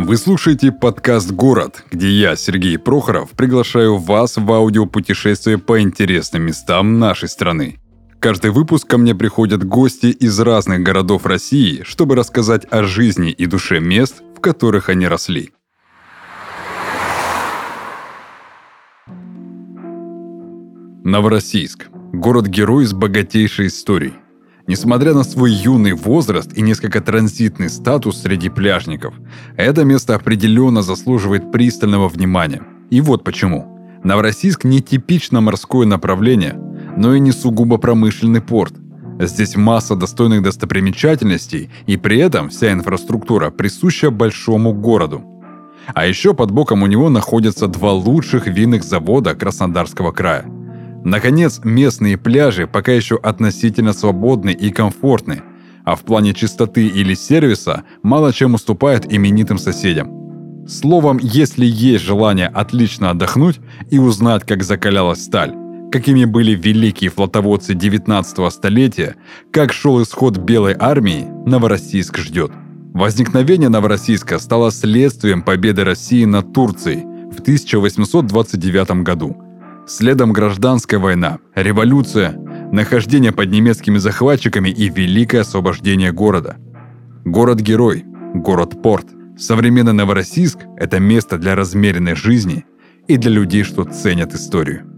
Вы слушаете подкаст «Город», где я, Сергей Прохоров, приглашаю вас в аудиопутешествие по интересным местам нашей страны. Каждый выпуск ко мне приходят гости из разных городов России, чтобы рассказать о жизни и душе мест, в которых они росли. Новороссийск – город-герой с богатейшей историей. Несмотря на свой юный возраст и несколько транзитный статус среди пляжников, это место определенно заслуживает пристального внимания. И вот почему. Новороссийск не типично морское направление, но и не сугубо промышленный порт. Здесь масса достойных достопримечательностей, и при этом вся инфраструктура присуща большому городу. А еще под боком у него находятся два лучших винных завода Краснодарского края. Наконец, местные пляжи пока еще относительно свободны и комфортны, а в плане чистоты или сервиса мало чем уступают именитым соседям. Словом, если есть желание отлично отдохнуть и узнать, как закалялась сталь, какими были великие флотоводцы 19 столетия, как шел исход Белой армии, Новороссийск ждет. Возникновение Новороссийска стало следствием победы России над Турцией в 1829 году. Следом гражданская война, революция, нахождение под немецкими захватчиками и великое освобождение города. Город-герой, город-порт. Современный Новороссийск – это место для размеренной жизни и для людей, что ценят историю.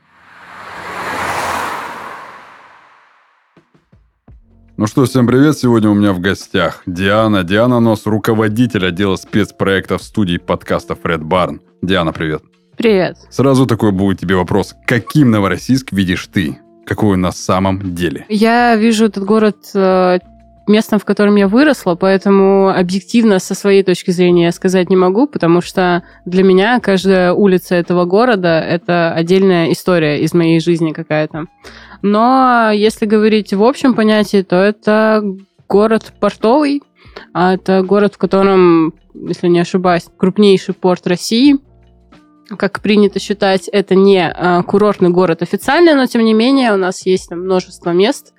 Ну что, всем привет! Сегодня у меня в гостях Диана. Диана у нас руководитель отдела спецпроектов студии подкастов Red Barn. Диана, привет! Привет. Сразу такой будет тебе вопрос. Каким Новороссийск видишь ты? Какой он на самом деле? Я вижу этот город местом, в котором я выросла, поэтому объективно со своей точки зрения сказать не могу, потому что для меня каждая улица этого города – это отдельная история из моей жизни какая-то. Но если говорить в общем понятии, то это город портовый, это город, в котором, если не ошибаюсь, крупнейший порт России. Как принято считать, это не курортный город официально, но тем не менее у нас есть там множество мест,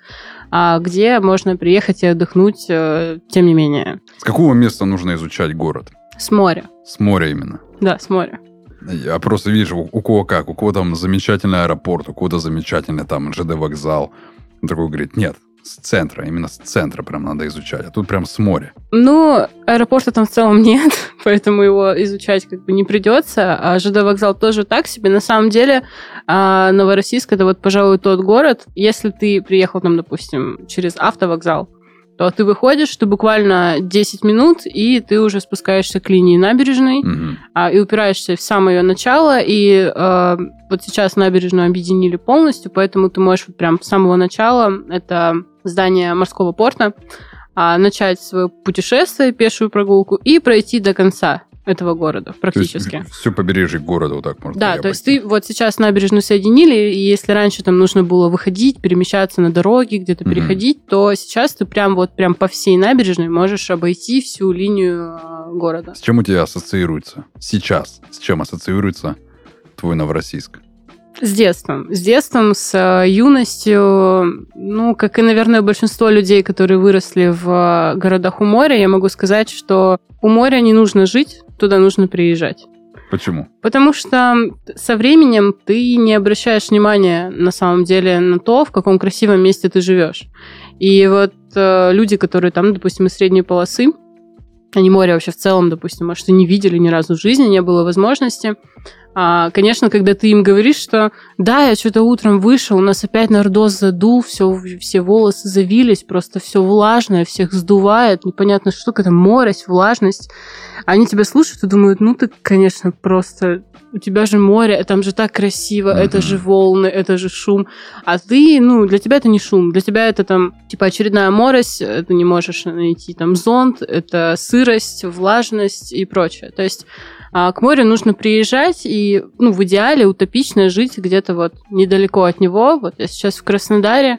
где можно приехать и отдохнуть, тем не менее. С какого места нужно изучать город? С моря. С моря именно? Да, с моря. Я просто вижу, у кого как, у кого там замечательный аэропорт, у кого-то замечательный там ЖД-вокзал. Он такой говорит, нет, с центра, именно с центра прям надо изучать, а тут прям с моря. Ну, аэропорта там в целом нет, поэтому его изучать как бы не придется, а ЖД-вокзал тоже так себе. На самом деле, Новороссийск — это вот, пожалуй, тот город, если ты приехал там, допустим, через автовокзал, то ты выходишь, ты буквально 10 минут, и ты уже спускаешься к линии набережной, и упираешься в самое ее начало, и вот сейчас набережную объединили полностью, поэтому ты можешь вот прям с самого начала, это здание морского порта, начать свое путешествие, пешую прогулку, и пройти до конца этого города практически. То есть все побережье города вот так можно. Да, то есть ты вот сейчас набережную соединили, и если раньше там нужно было выходить, перемещаться на дороге, где-то переходить, то сейчас ты прям по всей набережной можешь обойти всю линию города. С чем у тебя ассоциируется сейчас? С чем ассоциируется твой Новороссийск? С детством, с юностью. Ну, как и, наверное, большинство людей, которые выросли в городах у моря, я могу сказать, что у моря не нужно жить, туда нужно приезжать. Почему? Потому что со временем ты не обращаешь внимания, на самом деле, на то, в каком красивом месте ты живешь. И вот люди, которые там, допустим, из средней полосы, они море вообще в целом, допустим, может, и не видели ни разу в жизни, не было возможности. Конечно, когда ты им говоришь, что да, я что-то утром вышел, у нас опять нордоз задул, все волосы завились, просто все влажное, всех сдувает, непонятно что, какая-то морось, влажность. Они тебя слушают и думают, ну ты, конечно, просто... У тебя же море, там же так красиво, это же волны, это же шум. А ты, для тебя это не шум, для тебя это там, типа, очередная морось, ты не можешь найти там зонт, это сырость, влажность и прочее. То есть к морю нужно приезжать и, в идеале, утопично жить где-то вот недалеко от него. Вот я сейчас в Краснодаре,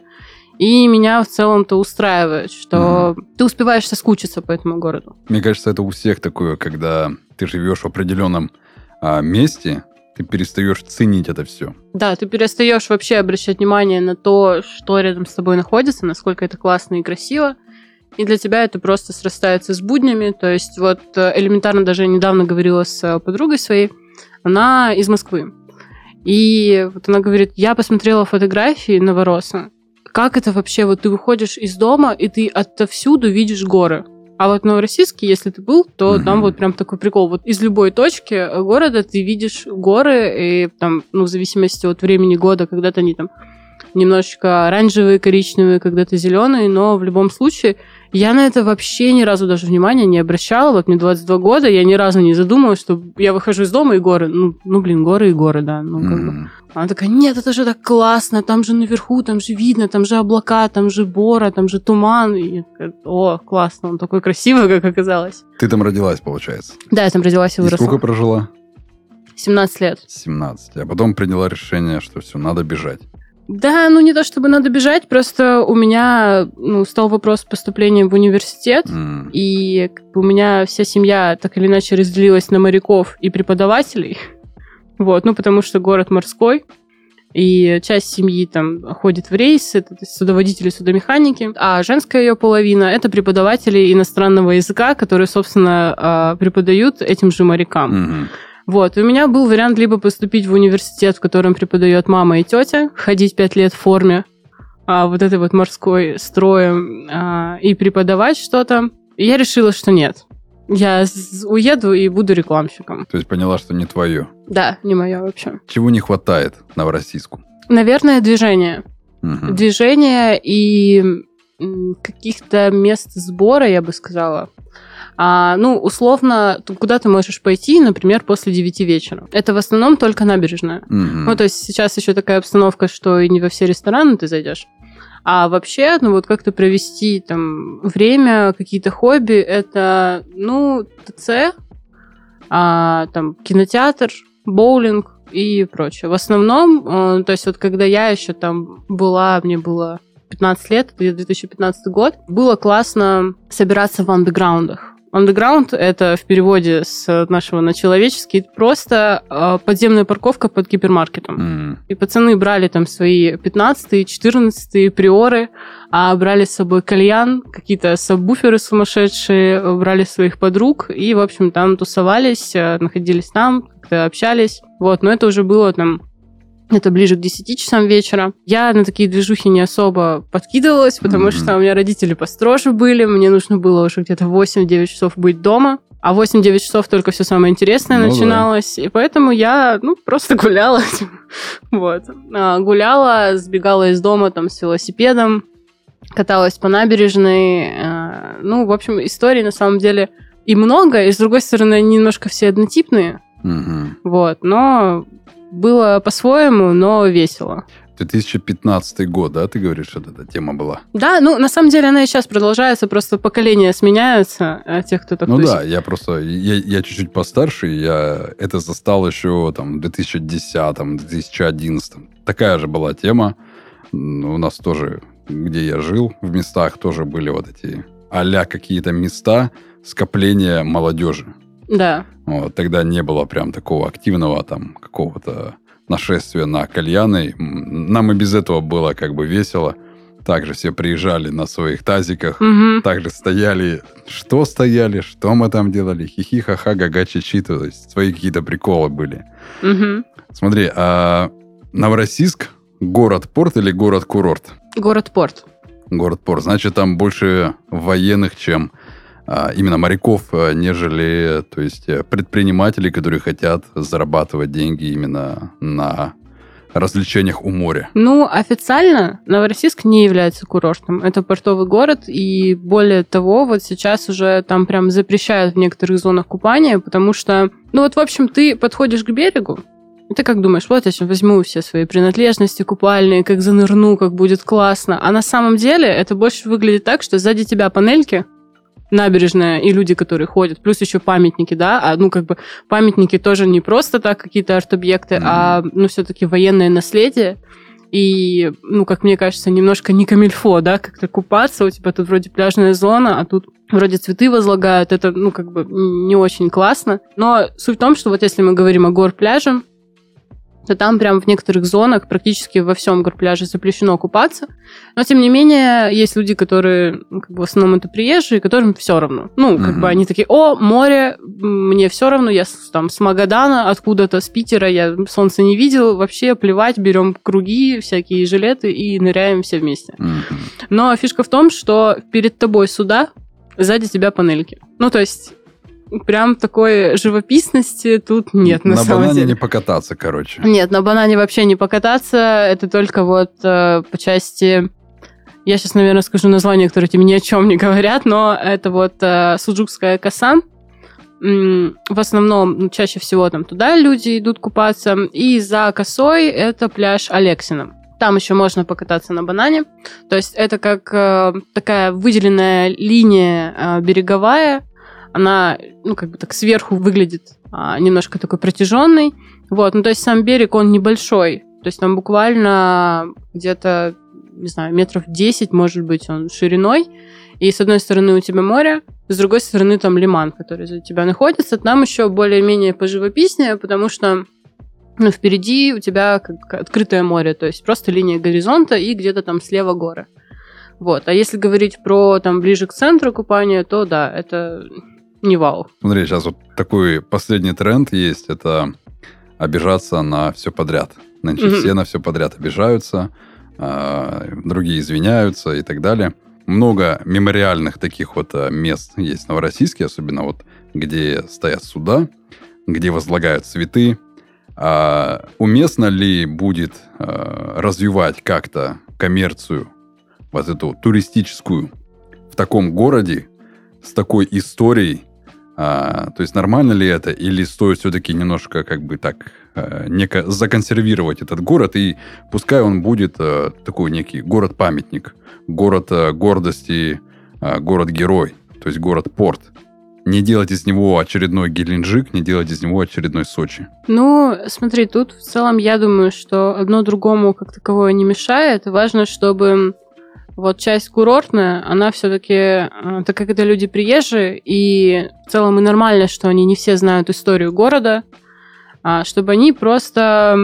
и меня в целом-то устраивает, что ты успеваешь соскучиться по этому городу. Мне кажется, это у всех такое, когда ты живешь в определенном месте, ты перестаешь ценить это все. Да, ты перестаешь вообще обращать внимание на то, что рядом с тобой находится, насколько это классно и красиво. и для тебя это просто срастается с буднями. То есть вот элементарно даже я недавно говорила с подругой своей, она из Москвы. И вот она говорит, я посмотрела фотографии Новороса. Как это вообще? Вот ты выходишь из дома, и ты отовсюду видишь горы. А вот в Новороссийске, если ты был, то там вот прям такой прикол. Вот из любой точки города ты видишь горы, и там, ну, в зависимости от времени года, когда-то они там немножечко оранжевые, коричневые, когда-то зеленые, но в любом случае я на это вообще ни разу даже внимания не обращала. Вот мне 22 года, я ни разу не задумалась, что я выхожу из дома и горы. Горы и горы, да. Ну, как бы. Она такая, нет, это же так классно, там же наверху, там же видно, там же облака, там же бора, там же туман. И я такая, о, классно, он такой красивый, как оказалось. Ты там родилась, получается? Да, я там родилась и выросла. И сколько прожила? 17 лет. 17. А потом приняла решение, что все, надо бежать. Да, ну не то чтобы надо бежать, просто у меня стал вопрос поступления в университет, и у меня вся семья так или иначе разделилась на моряков и преподавателей, вот, потому что город морской, и часть семьи там ходит в рейсы, это судоводители, судомеханики, а женская ее половина — это преподаватели иностранного языка, которые, собственно, преподают этим же морякам. Вот, и у меня был вариант либо поступить в университет, в котором преподает мама и тетя, ходить 5 лет в форме, вот этой вот морской строем, и преподавать что-то. И я решила, что нет. Я уеду и буду рекламщиком. То есть поняла, что не твое? Да, не мое вообще. Чего не хватает Новороссийску? Наверное, движение. Движение и каких-то мест сбора, я бы сказала. Условно, куда ты можешь пойти, например, после 9 вечера. Это в основном только набережная. Ну, то есть сейчас еще такая обстановка, что и не во все рестораны ты зайдешь. А вообще, как-то провести там время, какие-то хобби, это, ТЦ, там кинотеатр, боулинг и прочее. В основном, то есть вот когда я еще там была, мне было 15 лет, 2015 год, было классно собираться в андеграундах. Андеграунд — это в переводе с нашего на человеческий просто подземная парковка под гипермаркетом. И пацаны брали там свои 15-е, 14-е приоры, брали с собой кальян, какие-то сабвуферы сумасшедшие, брали своих подруг и, в общем, там тусовались, находились там, как-то общались. Вот, но это уже было там... Это ближе к 10 часам вечера. Я на такие движухи не особо подкидывалась, потому что у меня родители построже были. Мне нужно было уже где-то 8-9 часов быть дома. А 8-9 часов только все самое интересное начиналось. Да. И поэтому я, просто гуляла. Вот. Гуляла, сбегала из дома там с велосипедом, каталась по набережной. В общем, историй на самом деле и много. И, с другой стороны, они немножко все однотипные. Вот. Но... Было по-своему, но весело. 2015 год, да, ты говоришь, что эта тема была? Да, на самом деле она и сейчас продолжается, просто поколения сменяются, тех, кто так тусит. Да, я чуть-чуть постарше, я это застал еще там в 2010-2011. Такая же была тема. У нас тоже, где я жил, в местах тоже были вот эти а-ля какие-то места скопления молодежи. Да. Вот, тогда не было прям такого активного там какого-то нашествия на кальяны. Нам и без этого было как бы весело. Также все приезжали на своих тазиках. Также стояли, что мы там делали. Хихи, ха-ха, га-га, чи-чи. То есть свои какие-то приколы были. Смотри, Новороссийск город-порт или город-курорт? Город-порт. Город-порт. Значит, там больше военных, чем... именно моряков, нежели, то есть, предпринимателей, которые хотят зарабатывать деньги именно на развлечениях у моря. Официально Новороссийск не является курортом. Это портовый город, и более того, вот сейчас уже там прям запрещают в некоторых зонах купания, потому что, в общем, ты подходишь к берегу, и ты как думаешь, вот я сейчас возьму все свои принадлежности купальные, как занырну, как будет классно. А на самом деле это больше выглядит так, что сзади тебя панельки, набережная и люди, которые ходят, плюс еще памятники, да, памятники тоже не просто так какие-то арт-объекты, а, все-таки военное наследие, и, как мне кажется, немножко не камильфо, да, как-то купаться, у тебя тут вроде пляжная зона, а тут вроде цветы возлагают, это, не очень классно, но суть в том, что вот если мы говорим о гор-пляже, то там прям в некоторых зонах практически во всем горпляже запрещено купаться. Но, тем не менее, есть люди, которые, как бы, в основном это приезжие, которым все равно. Ну, как бы они такие: о, море, мне все равно, я там с Магадана, откуда-то с Питера, я солнца не видел, вообще плевать, берем круги, всякие жилеты и ныряем все вместе. Но фишка в том, что перед тобой суда, сзади тебя панельки. Ну, то есть... Прям такой живописности тут нет, на самом деле. На банане не покататься, короче. Нет, на банане вообще не покататься. Это только вот по части... Я сейчас, наверное, скажу названия, которые тебе ни о чем не говорят, но это вот Суджукская коса. В основном, чаще всего там туда люди идут купаться. И за косой это пляж Алексина. Там еще можно покататься на банане. То есть это как такая выделенная линия береговая. Она, ну, как бы так сверху выглядит немножко такой протяженный. Вот, ну, то есть сам берег, он небольшой. То есть там буквально где-то, не знаю, метров 10, может быть, он шириной. И с одной стороны у тебя море, с другой стороны там лиман, который за тебя находится. Там еще более-менее поживописнее, потому что, ну, впереди у тебя как открытое море, то есть просто линия горизонта и где-то там слева горы. Вот. А если говорить про там ближе к центру купания, то да, это... не вау. Смотри, сейчас вот такой последний тренд есть, это обижаться на все подряд. Значит, все на все подряд обижаются, другие извиняются и так далее. Много мемориальных таких вот мест есть в Новороссийске, особенно вот где стоят суда, где возлагают цветы. Уместно ли будет развивать как-то коммерцию, вот эту туристическую, в таком городе, с такой историей? То есть нормально ли это, или стоит все-таки немножко как бы так законсервировать этот город, и пускай он будет такой некий город-памятник, город гордости, город-герой, то есть город-порт. Не делать из него очередной Геленджик, не делать из него очередной Сочи. Ну, смотри, тут в целом я думаю, что одно другому как таковое не мешает. Важно, чтобы... Вот часть курортная, она все-таки, так как это люди приезжие, и в целом и нормально, что они не все знают историю города, чтобы они просто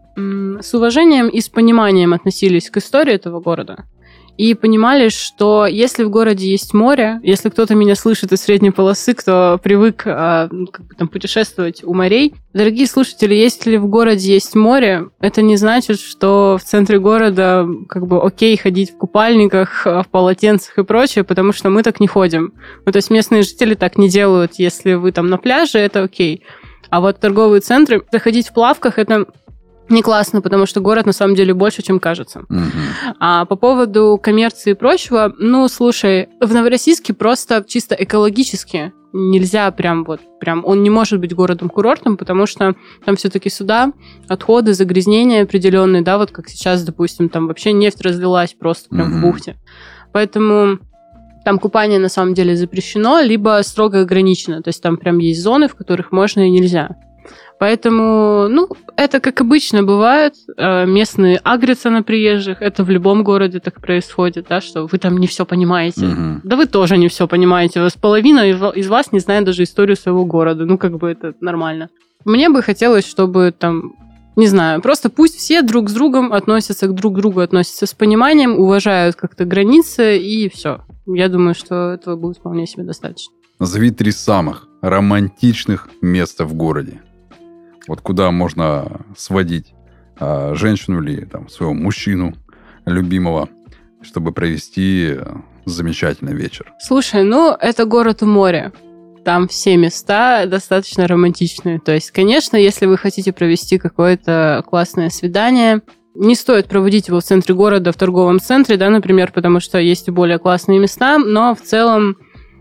с уважением и с пониманием относились к истории этого города. И понимали, что если в городе есть море, если кто-то меня слышит из средней полосы, кто привык как бы, там, путешествовать у морей, дорогие слушатели, если в городе есть море, это не значит, что в центре города как бы окей ходить в купальниках, в полотенцах и прочее, потому что мы так не ходим. Ну, то есть местные жители так не делают. Если вы там на пляже, это окей. А вот торговые центры, заходить в плавках, это... не классно, потому что город на самом деле больше, чем кажется. А по поводу коммерции и прочего, ну, слушай, в Новороссийске просто чисто экологически нельзя прям он не может быть городом-курортом, потому что там все-таки суда, отходы, загрязнения определенные, да, вот как сейчас, допустим, там вообще нефть разлилась просто прям в бухте. Поэтому там купание на самом деле запрещено, либо строго ограничено, то есть там прям есть зоны, в которых можно и нельзя. Поэтому, ну, это как обычно бывает. Местные агрятся на приезжих. Это в любом городе так происходит, да, что вы там не все понимаете. Да вы тоже не все понимаете. Половина из вас не знает даже историю своего города. Ну, как бы это нормально. Мне бы хотелось, чтобы там, не знаю, просто пусть все друг с другом относятся к друг другу, относятся с пониманием, уважают как-то границы, и все. Я думаю, что этого будет вполне себе достаточно. Назови 3 самых романтичных места в городе. Вот куда можно сводить женщину или там, своего мужчину любимого, чтобы провести замечательный вечер. Слушай, ну, это город у моря. Там все места достаточно романтичные. То есть, конечно, если вы хотите провести какое-то классное свидание, не стоит проводить его в центре города, в торговом центре, да, например, потому что есть и более классные места, но в целом,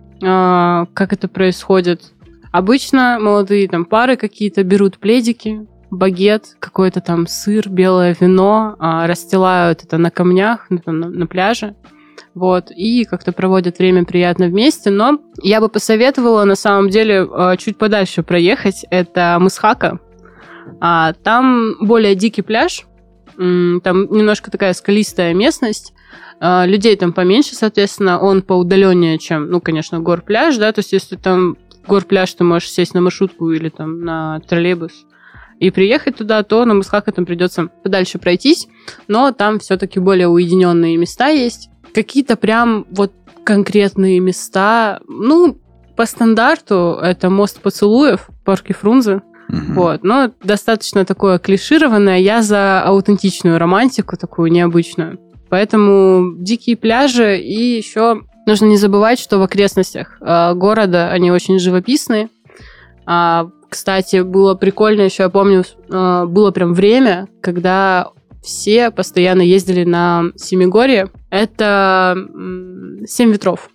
как это происходит... Обычно молодые там пары какие-то берут пледики, багет, какой-то там сыр, белое вино, расстилают это на камнях, на пляже, вот, и как-то проводят время приятно вместе. Но я бы посоветовала, на самом деле, чуть подальше проехать. Это Мысхака. Там более дикий пляж, там немножко такая скалистая местность, людей там поменьше, соответственно, он поудаленнее, чем, ну, конечно, горпляж, да, то есть если там горпляж, ты можешь сесть на маршрутку или там на троллейбус и приехать туда, то на Мысхака там придется подальше пройтись, но там все-таки более уединенные места есть. Какие-то прям вот конкретные места, ну, по стандарту это мост поцелуев в парке Фрунзе. Вот, но достаточно такое клишированное. Я за аутентичную романтику, такую необычную. Поэтому дикие пляжи, и еще нужно не забывать, что в окрестностях города они очень живописные. Кстати, было прикольно еще, я помню, было прям время, когда все постоянно ездили на Семигорье. Это 7 ветров.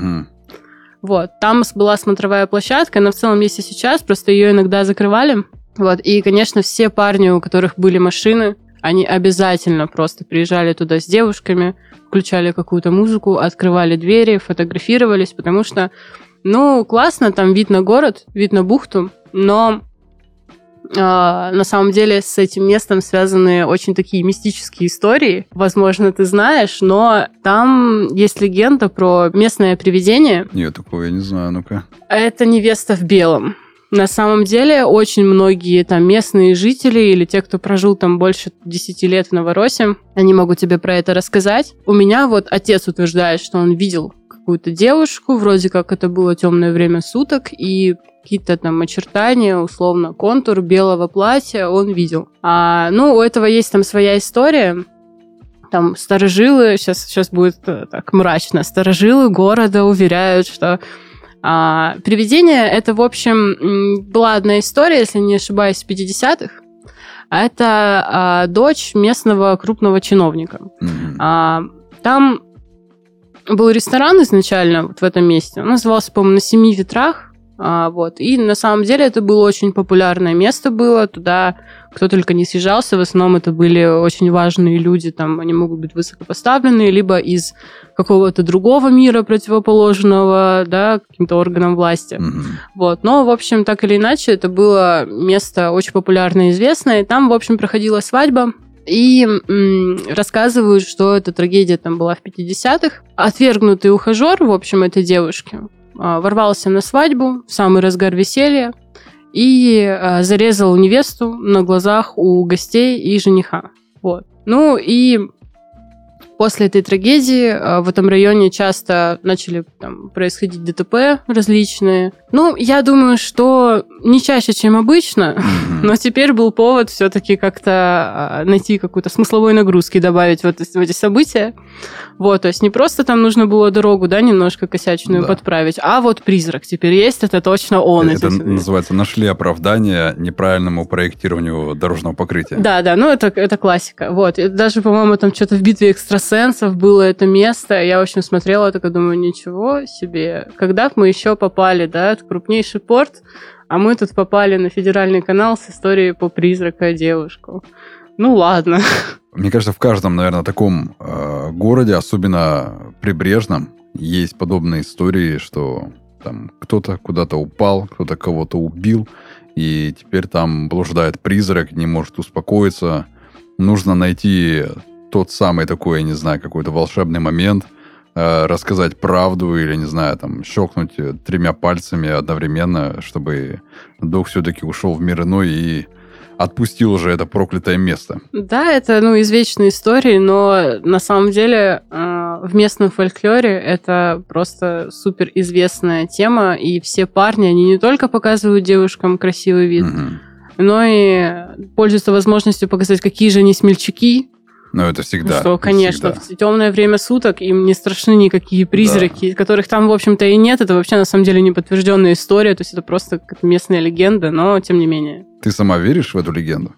Вот, там была смотровая площадка, она в целом есть и сейчас, просто ее иногда закрывали. Вот, и, конечно, все парни, у которых были машины, они обязательно просто приезжали туда с девушками, включали какую-то музыку, открывали двери, фотографировались, потому что, ну, классно, там вид на город, вид на бухту, но на самом деле с этим местом связаны очень такие мистические истории. Возможно, ты знаешь, но там есть легенда про местное привидение. Нет, такого я не знаю, ну-ка. Это невеста в белом. На самом деле, очень многие там местные жители или те, кто прожил там больше 10 лет в Новороссии, они могут тебе про это рассказать. У меня вот отец утверждает, что он видел какую-то девушку, вроде как это было темное время суток, и какие-то там очертания, условно, контур белого платья он видел. Ну, у этого есть там своя история. Там старожилы, сейчас будет так мрачно, старожилы города уверяют, что привидение, это, в общем, была одна история, если не ошибаюсь, в 50-х. Это дочь местного крупного чиновника. Там был ресторан изначально вот в этом месте. Он назывался, по-моему, «На 7 ветрах». Вот. И на самом деле это было очень популярное место было. Туда кто только не съезжался. В основном это были очень важные люди. Там они могут быть высокопоставленные, либо из какого-то другого мира противоположного, да, каким-то органам власти. Вот. Но, в общем, так или иначе, это было место очень популярное и известное. И там, в общем, проходила свадьба. И рассказывают, что эта трагедия там была в 50-х. Отвергнутый ухажер, в общем, этой девушки, ворвался на свадьбу в самый разгар веселья и зарезал невесту на глазах у гостей и жениха. Вот. Ну и после этой трагедии в этом районе часто начали там происходить ДТП различные. Ну, я думаю, что не чаще, чем обычно, но теперь был повод все-таки как-то найти какую-то смысловой нагрузки, добавить в эти события. Вот, то есть не просто там нужно было дорогу, да, немножко косячную подправить, а вот призрак теперь есть, это точно он. Это называется, нашли оправдание неправильному проектированию дорожного покрытия. Да, ну это классика. Вот, и даже, по-моему, там что-то в «Битве экстрасенсов» было это место. Я, в общем, смотрела, так и думаю, ничего себе. Когда мы еще попали, да, это крупнейший порт, а мы тут попали на федеральный канал с историей по призрака девушку. Ну ладно. Мне кажется, в каждом, наверное, таком городе, особенно прибрежном, есть подобные истории, что там кто-то куда-то упал, кто-то кого-то убил, и теперь там блуждает призрак, не может успокоиться. Нужно найти тот самый такой, я не знаю, какой-то волшебный момент, рассказать правду или, не знаю, там, щелкнуть 3 пальцами одновременно, чтобы дух все-таки ушел в мир иной и отпустил уже это проклятое место. Да, это, извечные истории, но на самом деле в местном фольклоре это просто супер известная тема, и все парни, они не только показывают девушкам красивый вид, но и пользуются возможностью показать, какие же они смельчаки. Ну, это всегда. Что, конечно, всегда. в темное время суток им не страшны никакие призраки, которых там, в общем-то, и нет. Это вообще, на самом деле, неподтвержденная история. То есть это просто как местная легенда, но тем не менее. Ты сама веришь в эту легенду?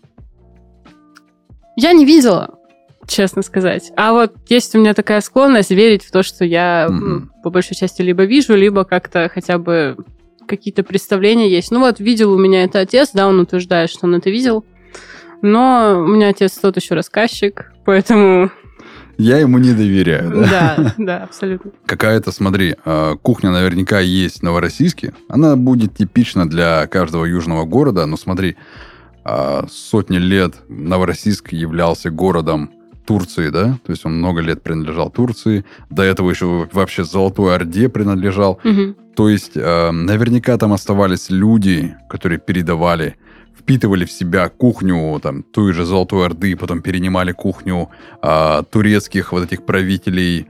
Я не видела, честно сказать. А вот есть у меня такая склонность верить в то, что я по большей части либо вижу, либо как-то хотя бы какие-то представления есть. Ну вот, видел у меня это отец, да, он утверждает, что он это видел. Но у меня отец тот еще рассказчик, поэтому... Я ему не доверяю, да? Да, абсолютно. Какая-то, смотри, кухня наверняка есть в Новороссийске. Она будет типична для каждого южного города. Но смотри, сотни лет Новороссийск являлся городом Турции, да? То есть он много лет принадлежал Турции. До этого еще вообще Золотой Орде принадлежал. То есть наверняка там оставались люди, которые передавали впитывали в себя кухню там той же Золотой Орды, потом перенимали кухню турецких вот этих правителей.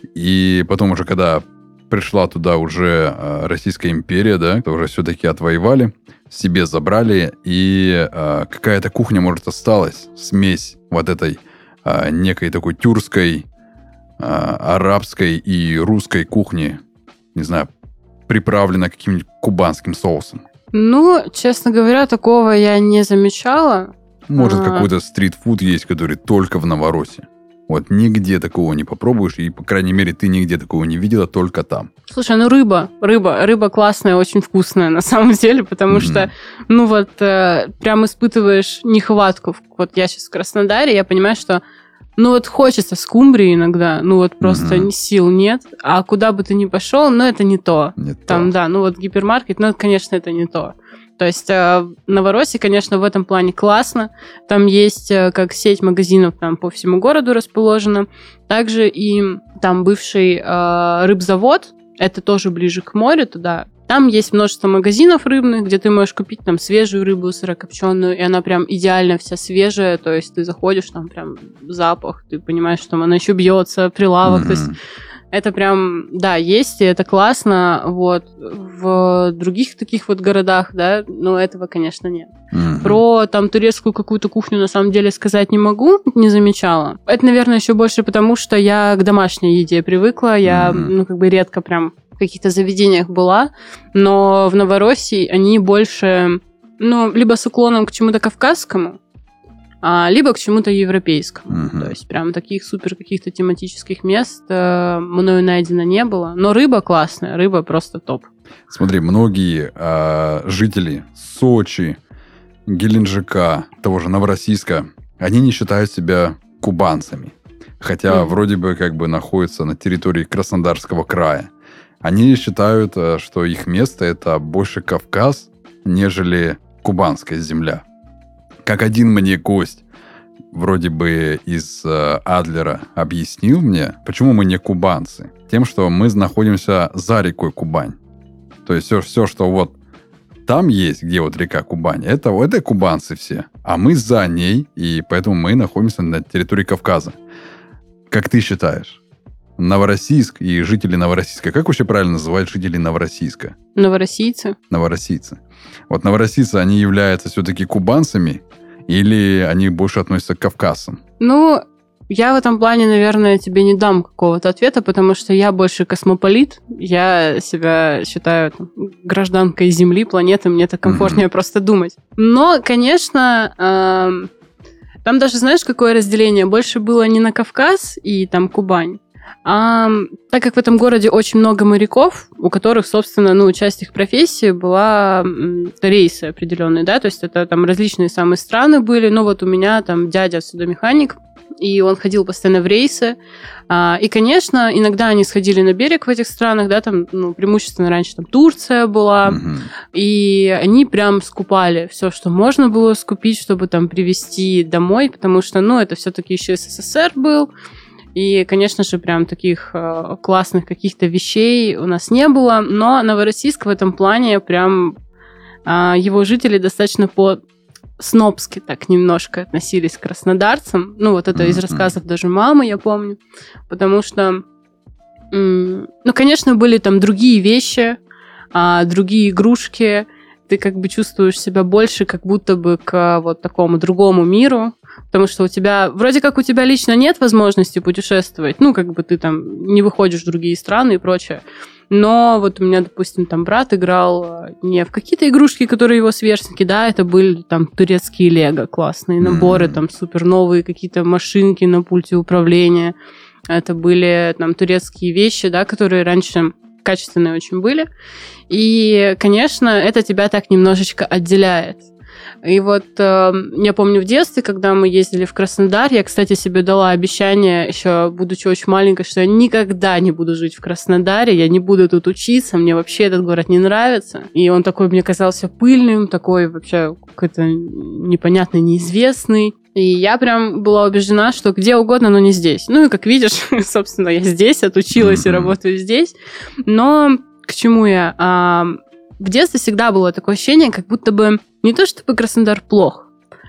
И потом уже, когда пришла туда уже Российская империя, да, то уже все-таки отвоевали, себе забрали, и какая-то кухня, может, осталась, смесь вот этой некой такой тюркской, арабской и русской кухни, не знаю, приправлена каким-нибудь кубанским соусом. Ну, честно говоря, такого я не замечала. Может, какой-то стритфуд есть, который только в Новороссии. Вот нигде такого не попробуешь, и, по крайней мере, ты нигде такого не видела, только там. Слушай, ну рыба классная, очень вкусная на самом деле, потому что, ну вот, прям испытываешь нехватку. Вот я сейчас в Краснодаре, я понимаю, что, ну вот хочется скумбрии иногда, ну вот просто сил нет, а куда бы ты ни пошел, ну это не то. Там, да, ну вот гипермаркет, ну, конечно, это не то. То есть Новороссия, конечно, в этом плане классно. Там есть как сеть магазинов там по всему городу расположена. Также и там бывший рыбзавод, это тоже ближе к морю туда. Там есть множество магазинов рыбных, где ты можешь купить там свежую рыбу сырокопченую, и она прям идеально вся свежая. То есть ты заходишь, там прям запах, ты понимаешь, что она еще бьется, прилавок. То есть это прям, да, есть, и это классно, вот. В других таких вот городах, да, но этого, конечно, нет. Про там турецкую какую-то кухню, на самом деле, сказать не могу, не замечала. Это, наверное, еще больше потому, что я к домашней еде привыкла, я, ну, как бы редко прям в каких-то заведениях была, но в Новороссии они больше, ну, либо с уклоном к чему-то кавказскому, либо к чему-то европейскому. То есть прям таких супер каких-то тематических мест мною найдено не было. Но рыба классная, рыба просто топ. Смотри, многие жители Сочи, Геленджика, того же Новороссийска, они не считают себя кубанцами. Хотя вроде бы как бы находятся на территории Краснодарского края. Они считают, что их место это больше Кавказ, нежели кубанская земля. Как один мне гость, вроде бы из Адлера, объяснил мне, почему мы не кубанцы. Тем, что мы находимся за рекой Кубань. То есть все, что вот там есть, где вот река Кубань, это кубанцы все. А мы за ней, и поэтому мы находимся на территории Кавказа. Как ты считаешь? Новороссийск и жители Новороссийска. Как вообще правильно называют жителей Новороссийска? Новороссийцы. Новороссийцы. Вот новороссийцы, они являются все-таки кубанцами или они больше относятся к кавказцам? Ну, я в этом плане, наверное, тебе не дам какого-то ответа, потому что я больше космополит. Я себя считаю гражданкой Земли, планеты. Мне так комфортнее просто думать. Но, конечно, там даже, знаешь, какое разделение? Больше было не на Кавказ и там Кубань, так как в этом городе очень много моряков, у которых, собственно, ну, часть их профессии была рейсы определенные, да, то есть это там различные самые страны были, но вот у меня там дядя судомеханик, и он ходил постоянно в рейсы, и, конечно, иногда они сходили на берег в этих странах, да, там, ну, преимущественно раньше там Турция была, и они прям скупали все, что можно было скупить, чтобы там привезти домой, потому что, ну, это все-таки еще СССР был. И, конечно же, прям таких классных каких-то вещей у нас не было. Но Новороссийск в этом плане прям его жители достаточно по-снобски так немножко относились к краснодарцам. Ну, вот это из рассказов даже мамы, я помню. Потому что, ну, конечно, были там другие вещи, другие игрушки. Ты как бы чувствуешь себя больше как будто бы к вот такому другому миру, потому что у тебя лично нет возможности путешествовать, ну, как бы ты там не выходишь в другие страны и прочее. Но вот у меня, допустим, там брат играл не в какие-то игрушки, которые его сверстники, да, это были там турецкие лего, классные наборы, там супер новые какие-то машинки на пульте управления. Это были там турецкие вещи, да, которые раньше качественные очень были. И, конечно, это тебя так немножечко отделяет. И вот я помню в детстве, когда мы ездили в Краснодар, я, кстати, себе дала обещание, еще будучи очень маленькой, что я никогда не буду жить в Краснодаре, я не буду тут учиться, мне вообще этот город не нравится. И он такой мне казался пыльным, такой вообще какой-то непонятный, неизвестный. И я прям была убеждена, что где угодно, но не здесь. Ну и как видишь, собственно, я здесь, отучилась и работаю здесь. Но к чему я? в детстве всегда было такое ощущение, как будто бы не то чтобы Краснодар плох,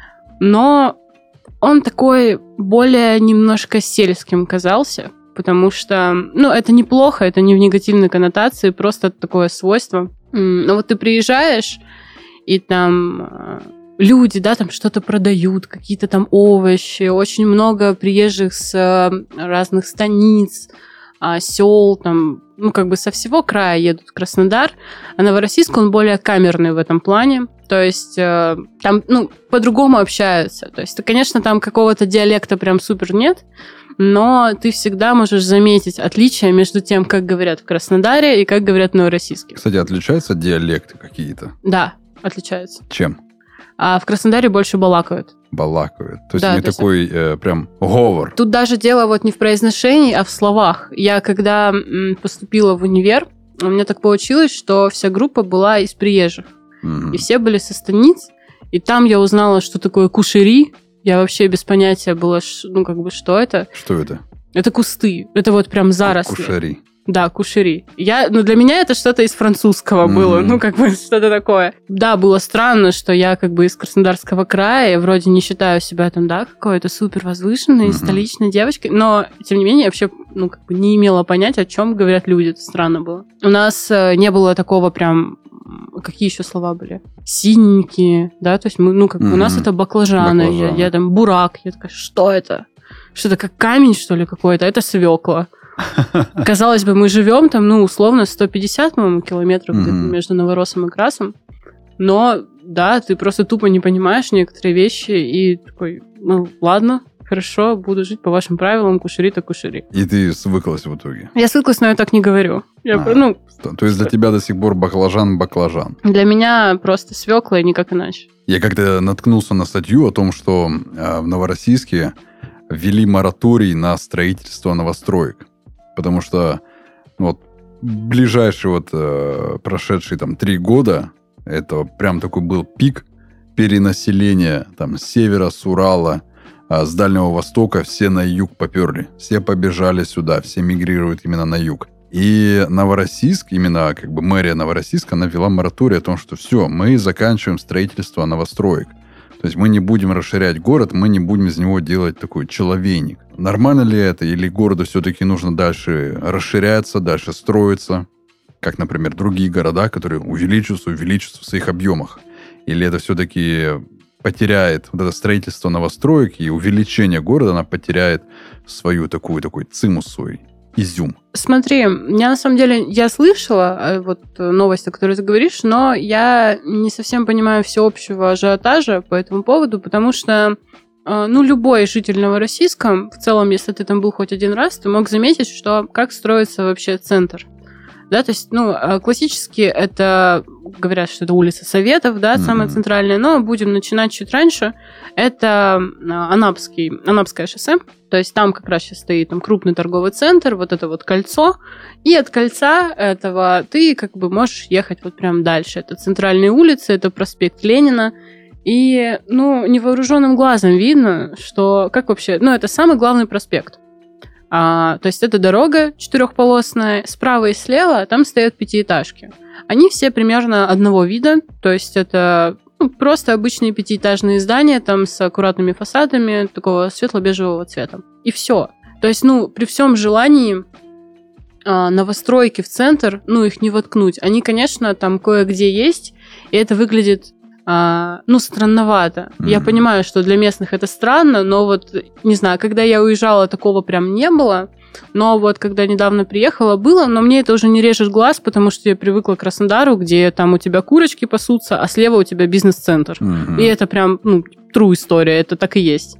но он такой более немножко сельским казался, потому что, это неплохо, это не в негативной коннотации, просто такое свойство. Но вот ты приезжаешь, и там люди, да, там что-то продают, какие-то там овощи, очень много приезжих с разных станиц, сел, там, со всего края едут в Краснодар, а Новороссийск, он более камерный в этом плане, то есть там, по-другому общаются, то есть, конечно, там какого-то диалекта прям супер нет, но ты всегда можешь заметить отличия между тем, как говорят в Краснодаре и как говорят в Новороссийске. Кстати, отличаются диалекты какие-то? Да, отличаются. Чем? А в Краснодаре больше балакают. Балакают. То есть да, не то такой прям говор. Тут даже дело вот не в произношении, а в словах. Я когда поступила в универ, у меня так получилось, что вся группа была из приезжих. И все были со станиц. И там я узнала, что такое кушери. Я вообще без понятия была, что это. Что это? Это кусты. Это вот прям заросли. Кушери. Да, кушери. Для меня это что-то из французского было. Что-то такое. Да, было странно, что я из Краснодарского края, я вроде не считаю себя там, да, какой-то супер возвышенной, столичной девочкой, но, тем не менее, я вообще, не имела понятия, о чем говорят люди. Это странно было. У нас не было такого прям... Какие еще слова были? Синенькие, да, то есть мы, у нас это баклажаны. Я там бурак. Я такая, что это? Что-то как камень, что ли, какой-то? Это свекла. Казалось бы, мы живем там, условно, 150, по-моему, километров между Новороссом и Красом. Но, да, ты просто тупо не понимаешь некоторые вещи и такой, ладно, хорошо, буду жить по вашим правилам, кушери-то кушери. И ты свыклась в итоге? Я свыклась, но я так не говорю. То есть для тебя до сих пор баклажан? Для меня просто свекла и никак иначе. Я как-то наткнулся на статью о том, что в Новороссийске ввели мораторий на строительство новостроек. Потому что ближайшие прошедшие 3 года, это прям такой был пик перенаселения с севера, с Урала, с Дальнего Востока, все на юг поперли. Все побежали сюда, все мигрируют именно на юг. И Новороссийск, именно мэрия Новороссийска, она ввела мораторий о том, что все, мы заканчиваем строительство новостроек. То есть мы не будем расширять город, мы не будем из него делать такой человейник. Нормально ли это? Или городу все-таки нужно дальше расширяться, дальше строиться? Как, например, другие города, которые увеличиваются в своих объемах. Или это все-таки потеряет это строительство новостроек и увеличение города, она потеряет свою такой цимус свой, изюм? Смотри, я на самом деле, я слышала новости, о которых ты говоришь, но я не совсем понимаю всеобщего ажиотажа по этому поводу, потому что, любой житель Новороссийска, в целом, если ты там был хоть один раз, ты мог заметить, что как строится вообще центр. Да, то есть, классически это, говорят, что это улица Советов, да, самая центральная, но будем начинать чуть раньше. Это Анапское шоссе, то есть там как раз сейчас стоит крупный торговый центр, вот это кольцо, и от кольца этого ты можешь ехать прям дальше. Это центральные улицы, это проспект Ленина, и, невооруженным глазом видно, что, как вообще, это самый главный проспект. То есть это дорога 4-полосная, справа и слева там стоят 5-этажки. Они все примерно одного вида, то есть это просто обычные 5-этажные здания там с аккуратными фасадами такого светло-бежевого цвета. И все. То есть, при всем желании новостройки в центр, их не воткнуть. Они, конечно, там кое-где есть, и это выглядит странновато. Я понимаю, что для местных это странно, но не знаю, когда я уезжала, такого прям не было. Но когда недавно приехала, было, но мне это уже не режет глаз, потому что я привыкла к Краснодару, где там у тебя курочки пасутся, а слева у тебя бизнес-центр. И это прям, true история, это так и есть.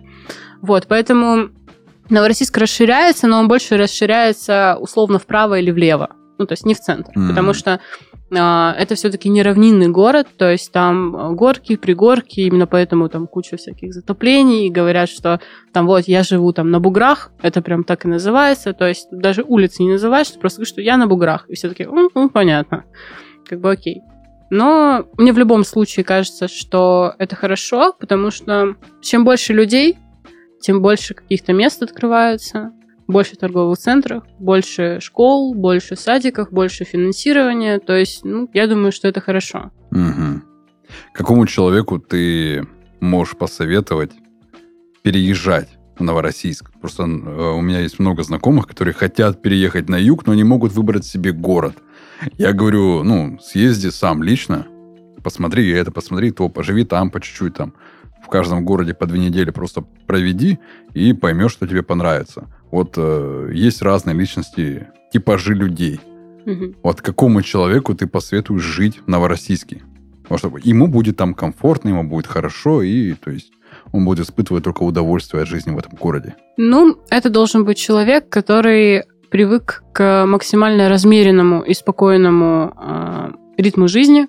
Поэтому Новороссийск расширяется, но он больше расширяется условно вправо или влево. То есть не в центр, потому что это все-таки не равнинный город, то есть там горки, пригорки, именно поэтому там куча всяких затоплений, и говорят, что там я живу там на буграх, это прям так и называется, то есть даже улицы не называешь, ты просто говоришь, что я на буграх, и все таки понятно, окей. Но мне в любом случае кажется, что это хорошо, потому что чем больше людей, тем больше каких-то мест открываются, больше торговых центров, больше школ, больше садиков, больше финансирования. То есть, я думаю, что это хорошо. Угу. Какому человеку ты можешь посоветовать переезжать в Новороссийск? Просто у меня есть много знакомых, которые хотят переехать на юг, но не могут выбрать себе город. Я говорю, съезди сам лично, посмотри это, посмотри то, поживи там по чуть-чуть там. В каждом городе по 2 недели просто проведи и поймешь, что тебе понравится. Вот есть разные личности, типажи людей. Угу. Вот какому человеку ты посоветуешь жить в Новороссийске? Потому что ему будет там комфортно, ему будет хорошо, и то есть он будет испытывать только удовольствие от жизни в этом городе. Это должен быть человек, который привык к максимально размеренному и спокойному ритму жизни,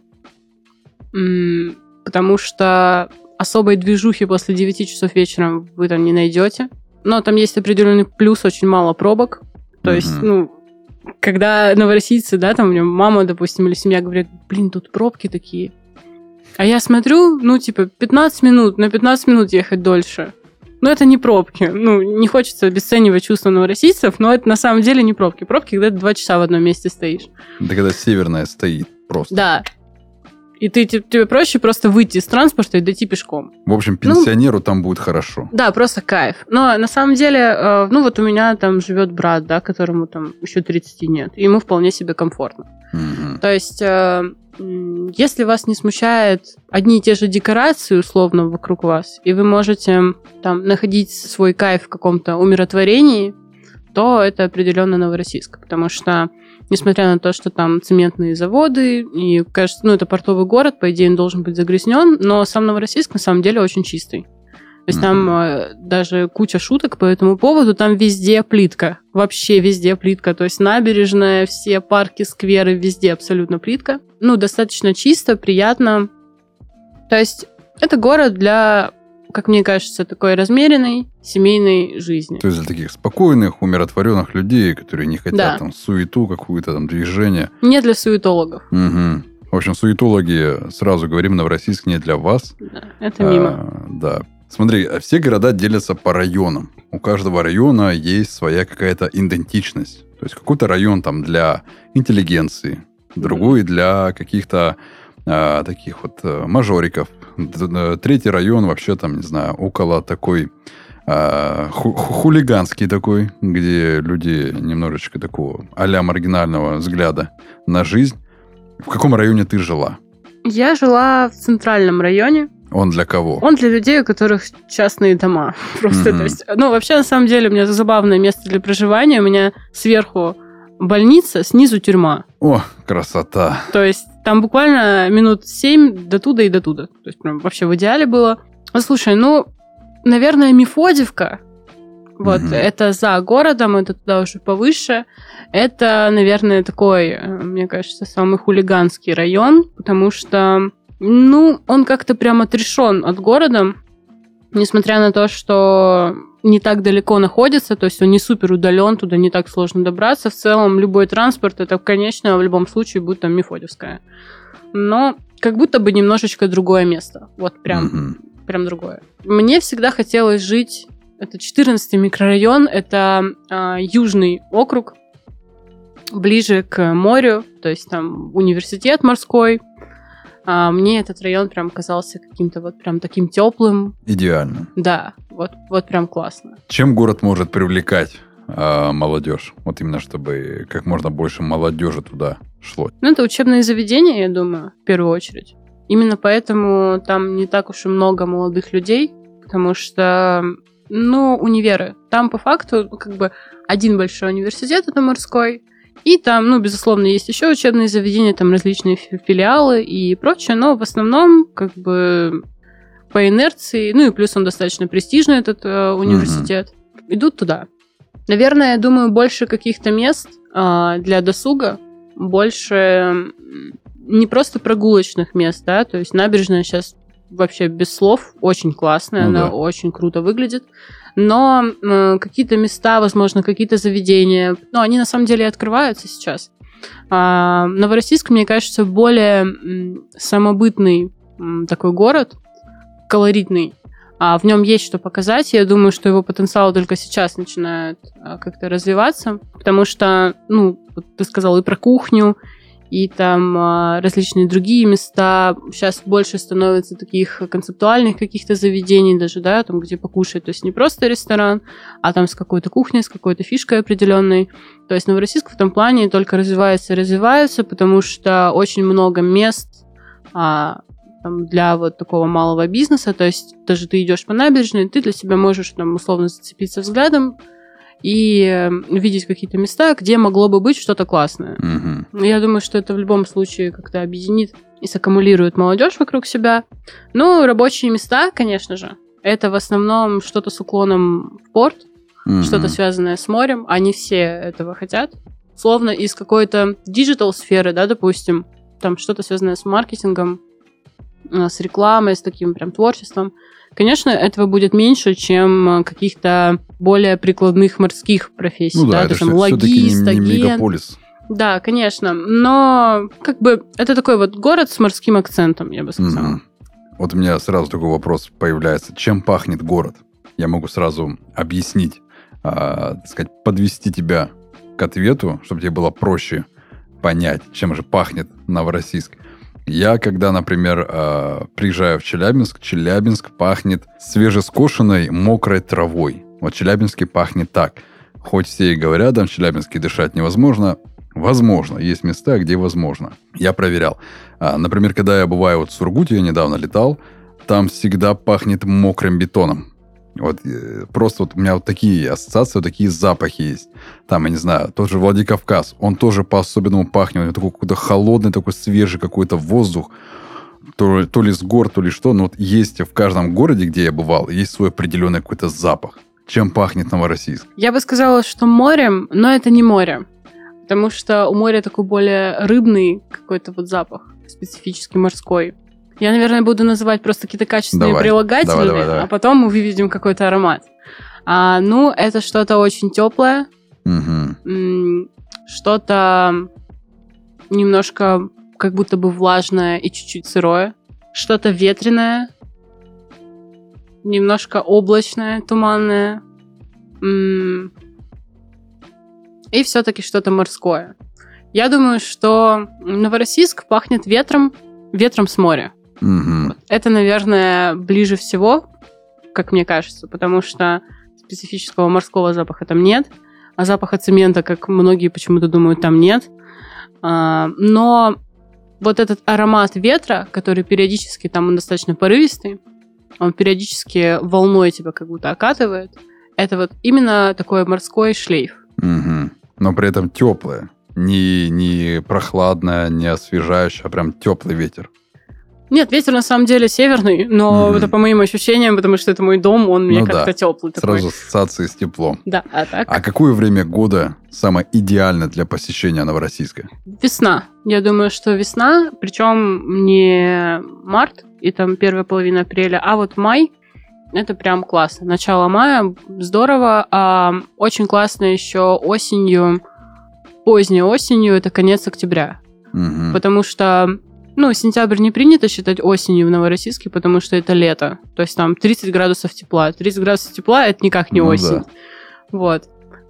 потому что особой движухи после 9 часов вечера вы там не найдете. Но там есть определенный плюс, очень мало пробок. То есть, когда новороссийцы, да, там у меня мама, допустим, или семья говорят, тут пробки такие. А я смотрю, 15 минут, на 15 минут ехать дольше. Это не пробки. Не хочется обесценивать чувства новороссийцев, но это на самом деле не пробки. Пробки, когда ты 2 часа в одном месте стоишь. Да когда северная стоит просто. Да. И тебе проще просто выйти из транспорта и дойти пешком. В общем, пенсионеру там будет хорошо. Да, просто кайф. Но на самом деле, у меня там живет брат, да, которому там еще 30 нет. И ему вполне себе комфортно. Угу. То есть, если вас не смущают одни и те же декорации, условно, вокруг вас, и вы можете там находить свой кайф в каком-то умиротворении, то это определенно Новороссийск. Потому что несмотря на то, что там цементные заводы, и, кажется, это портовый город, по идее, он должен быть загрязнен, но сам Новороссийск на самом деле очень чистый. То есть там даже куча шуток по этому поводу, там везде плитка, вообще везде плитка, то есть набережная, все парки, скверы, везде абсолютно плитка. Достаточно чисто, приятно. То есть это город для, как мне кажется, такой размеренной семейной жизни. То есть для таких спокойных, умиротворенных людей, которые не хотят там суету какую-то, там движение. Не для суетологов. Угу. В общем, суетологи, сразу говорим, Новороссийск не для вас. Да, это мимо. Да. Смотри, все города делятся по районам. У каждого района есть своя какая-то идентичность. То есть какой-то район там для интеллигенции, другой для каких-то таких мажориков. Третий район вообще там, не знаю, около такой хулиганский такой, где люди немножечко такого а-ля маргинального взгляда на жизнь. В каком районе ты жила? Я жила в центральном районе. Он для кого? Он для людей, у которых частные дома. Просто, то есть, вообще, на самом деле, у меня забавное место для проживания. У меня сверху больница, снизу тюрьма. О, красота. То есть, там буквально минут 7 до туда и до туда. То есть, прям вообще в идеале было. Слушай, наверное, Мефодьевка. Это за городом, это туда уже повыше. Это, наверное, такой, мне кажется, самый хулиганский район, потому что он как-то прям отрешен от города, несмотря на то, что не так далеко находится, то есть он не супер удален, туда не так сложно добраться. В целом, любой транспорт, это, конечно, в любом случае будет там Мефодьевская. Но как будто бы немножечко другое место. Прям другое. Мне всегда хотелось жить... Это 14-й микрорайон, это южный округ, ближе к морю, то есть там университет морской. Мне этот район прям казался каким-то прям таким теплым. Идеально. Да, вот прям классно. Чем город может привлекать молодежь? Именно чтобы как можно больше молодежи туда шло. Это учебные заведения, я думаю, в первую очередь. Именно поэтому там не так уж и много молодых людей, потому что, универы. Там по факту один большой университет, это морской, и там, безусловно, есть еще учебные заведения, там различные филиалы и прочее, но в основном, по инерции, и плюс он достаточно престижный, этот университет, идут туда. Наверное, я думаю, больше каких-то мест для досуга, больше не просто прогулочных мест, да, то есть набережная сейчас вообще без слов очень классная, она очень круто выглядит, но какие-то места, возможно, какие-то заведения, они на самом деле открываются сейчас. Новороссийск, мне кажется, более самобытный такой город, колоритный, В нем есть что показать. Я думаю, что его потенциал только сейчас начинает как-то развиваться, потому что, ты сказал и про кухню, и там различные другие места. Сейчас больше становится таких концептуальных каких-то заведений даже, да, там, где покушать. То есть не просто ресторан, а там с какой-то кухней, с какой-то фишкой определенной. То есть Новороссийск в этом плане только развивается и развивается, потому что очень много мест там, для вот такого малого бизнеса. То есть даже ты идешь по набережной, ты для себя можешь там условно зацепиться взглядом и видеть какие-то места, где могло бы быть что-то классное. Угу. Я думаю, что это в любом случае как-то объединит и саккумулирует молодежь вокруг себя. Рабочие места, конечно же, это в основном что-то с уклоном в порт, что-то связанное с морем. Они все этого хотят. Словно из какой-то диджитал-сферы, да, допустим, там что-то связанное с маркетингом, с рекламой, с таким прям творчеством. Конечно, этого будет меньше, чем каких-то более прикладных морских профессий. Да, это там логист, не агент. мегаполис. Да, конечно. Но это такой вот город с морским акцентом, я бы сказала. Угу. Вот у меня сразу такой вопрос появляется. Чем пахнет город? Я могу сразу объяснить, подвести тебя к ответу, чтобы тебе было проще понять, чем же пахнет Новороссийск. Я, когда, например, приезжаю в Челябинск пахнет свежескошенной мокрой травой. Вот в Челябинске пахнет так. Хоть все и говорят, в Челябинске дышать невозможно. Возможно. Есть места, где возможно. Я проверял. Например, когда я бываю в Сургуте, я недавно летал, там всегда пахнет мокрым бетоном. Просто у меня такие ассоциации, такие запахи есть. Там, я не знаю, тот же Владикавказ, он тоже по-особенному пахнет. У него такой какой-то холодный, такой свежий какой-то воздух. То ли с гор, то ли что. Но есть в каждом городе, где я бывал, есть свой определенный какой-то запах. Чем пахнет Новороссийск? Я бы сказала, что морем, но это не море. Потому что у моря такой более рыбный какой-то вот запах, специфически морской. Я, наверное, буду называть просто какие-то качественные прилагательные, давай. А потом мы выведем какой-то аромат. Это что-то очень теплое, что-то немножко как будто бы влажное и чуть-чуть сырое, что-то ветреное, немножко облачное, туманное, и все-таки что-то морское. Я думаю, что Новороссийск пахнет ветром с моря. Угу. Это, наверное, ближе всего, как мне кажется, потому что специфического морского запаха там нет, а запаха цемента, как многие почему-то думают, там нет. Но вот этот аромат ветра, который периодически, там он достаточно порывистый, он периодически волной тебя как будто окатывает, это вот именно такой морской шлейф. Угу. Но при этом теплое, не прохладное, не освежающее, а прям теплый ветер. Нет, ветер на самом деле северный, но это по моим ощущениям, потому что это мой дом, он мне как-то теплый такой. Сразу ассоциации с теплом. Да, а так? А какое время года самое идеальное для посещения Новороссийска? Весна. Я думаю, что весна, причем не март и там первая половина апреля, а вот май. Это прям классно. Начало мая здорово, а очень классно еще осенью, поздней осенью, это конец октября. Угу. Потому что сентябрь не принято считать осенью в Новороссийске, потому что это лето. То есть там 30 градусов тепла. 30 градусов тепла – это никак не осень. Да. Вот.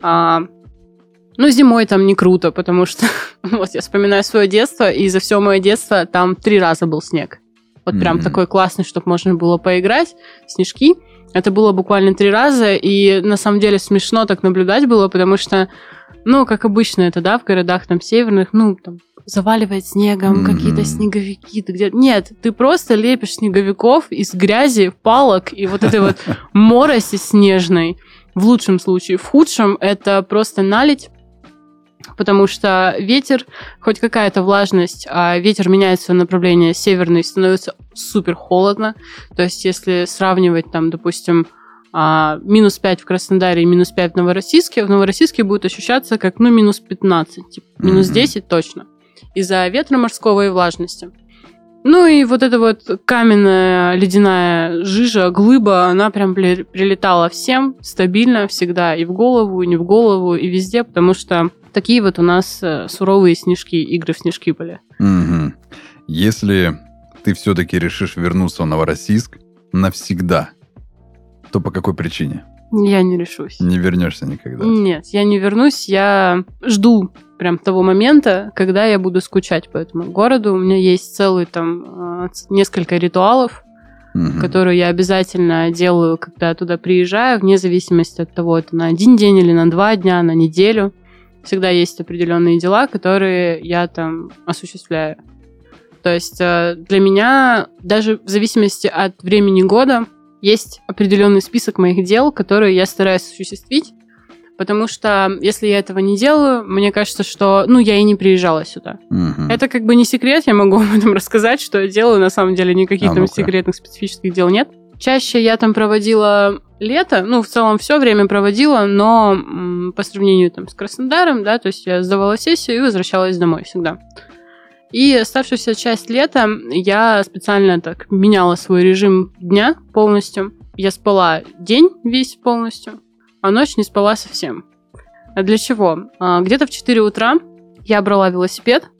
Зимой там не круто, потому что я вспоминаю свое детство, и за все мое детство там 3 раза был снег. Вот прям такой классный, чтобы можно было поиграть. Снежки. Это было буквально 3 раза, и на самом деле смешно так наблюдать было, потому что, как обычно это, да, в городах там северных, там заваливает снегом, какие-то снеговики. Нет, ты просто лепишь снеговиков из грязи, палок и вот этой вот мороси снежной. В лучшем случае. В худшем это просто наледь, потому что ветер, хоть какая-то влажность, а ветер меняет свое направление северный, становится супер холодно. То есть если сравнивать там, допустим, минус 5 в Краснодаре и минус 5 в Новороссийске будет ощущаться как, минус 15, минус 10 точно. Из-за ветра морского и влажности. И вот эта вот каменная ледяная жижа, глыба, она прям прилетала всем стабильно, всегда и в голову, и не в голову, и везде, потому что такие вот у нас суровые снежки, игры в снежки были. Угу. Если ты все-таки решишь вернуться в Новороссийск навсегда, То по какой причине? Я не решусь. Не вернешься никогда? Нет, я не вернусь. Я жду прям того момента, когда я буду скучать по этому городу. У меня есть целый там несколько ритуалов, которые я обязательно делаю, когда туда приезжаю, вне зависимости от того, это на 1 день или на 2 дня, на неделю. Всегда есть определенные дела, которые я там осуществляю. То есть для меня, даже в зависимости от времени года, есть определенный список моих дел, которые я стараюсь осуществить, потому что если я этого не делаю, мне кажется, что, я и не приезжала сюда. Это как бы не секрет, я могу об этом рассказать, что я делаю, на самом деле никаких там секретных специфических дел нет. Чаще я там проводила лето, в целом все время проводила, но по сравнению там с Краснодаром, да, то есть я сдавала сессию и возвращалась домой всегда. И оставшуюся часть лета я специально так меняла свой режим дня полностью. Я спала день весь полностью, а ночь не спала совсем. А для чего? Где-то в 4 утра я брала велосипед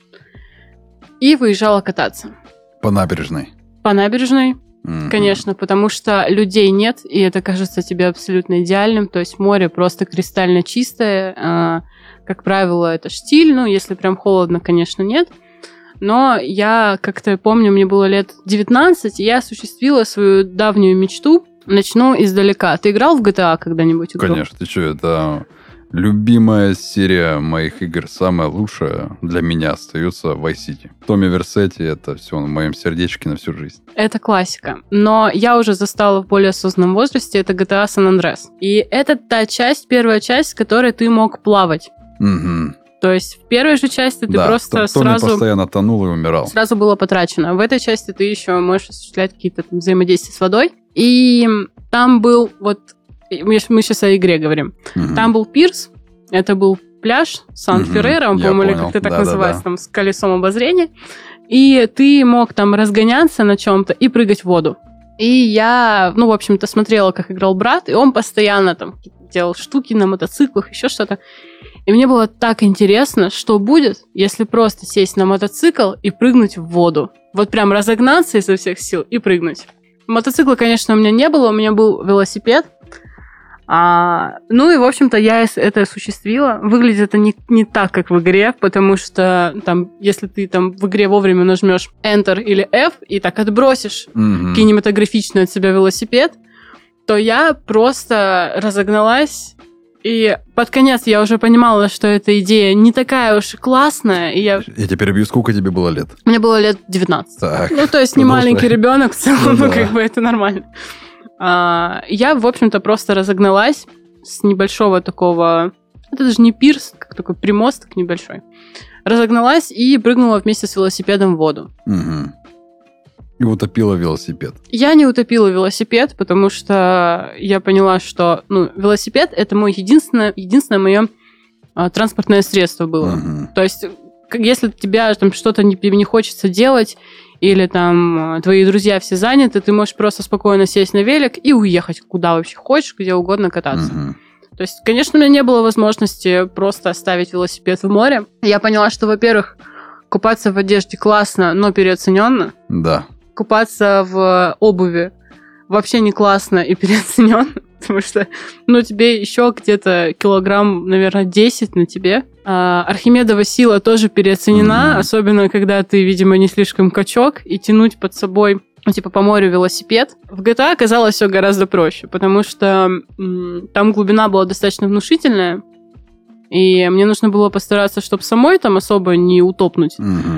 и выезжала кататься. По набережной? По набережной, конечно, потому что людей нет, и это кажется тебе абсолютно идеальным. То есть море просто кристально чистое. Как правило, это штиль. Если прям холодно, конечно, нет. Но я как-то помню, мне было лет 19, и я осуществила свою давнюю мечту. Начну издалека. Ты играл в GTA когда-нибудь? Конечно, ты что, это любимая серия моих игр, самая лучшая для меня остается Vice City. Томми Версетти, это все в моем сердечке на всю жизнь. Это классика. Но я уже застала в более осознанном возрасте, это GTA San Andreas. И это та часть, первая часть, в которой ты мог плавать. То есть в первой же части ты просто сразу... Томми постоянно тонул и умирал. Сразу было потрачено. В этой части ты еще можешь осуществлять какие-то взаимодействия с водой. И там был мы сейчас о игре говорим. Там был пирс, это был пляж Сан-Феррейро, по-моему, или как-то так называется, там с колесом обозрения. И ты мог там разгоняться на чем-то и прыгать в воду. И я, в общем-то, смотрела, как играл брат, и он постоянно там делал штуки на мотоциклах, еще что-то. И мне было так интересно, что будет, если просто сесть на мотоцикл и прыгнуть в воду. Вот прям разогнаться изо всех сил и прыгнуть. Мотоцикла, конечно, у меня не было, у меня был велосипед. И, в общем-то, я это осуществила. Выглядит это не так, как в игре, потому что там, если ты там в игре вовремя нажмешь Enter или F и так отбросишь кинематографичный от себя велосипед, то я просто разогналась. И под конец я уже понимала, что эта идея не такая уж классная. Я тебя перебью, сколько тебе было лет? Мне было лет 19. Так, то есть не маленький ребенок в целом, как бы это нормально. Я, в общем-то, просто разогналась с небольшого такого... Это даже не пирс, как такой примосток небольшой. Разогналась и прыгнула вместе с велосипедом в воду. И утопила велосипед. Я не утопила велосипед, потому что я поняла, что велосипед — это мое единственное мое транспортное средство было. То есть, если тебя там что-то не хочется делать, или там твои друзья все заняты, ты можешь просто спокойно сесть на велик и уехать куда вообще хочешь, где угодно кататься. То есть, конечно, у меня не было возможности просто оставить велосипед в море. Я поняла, что, во-первых, купаться в одежде классно, но переоцененно. Да. Купаться в обуви вообще не классно и переоцененно, потому что, тебе еще где-то килограмм, наверное, 10 на тебе. Архимедова сила тоже переоценена, особенно когда ты, видимо, не слишком качок, и тянуть под собой, по морю велосипед. В GTA оказалось все гораздо проще, потому что там глубина была достаточно внушительная, и мне нужно было постараться, чтобы самой там особо не утопнуть.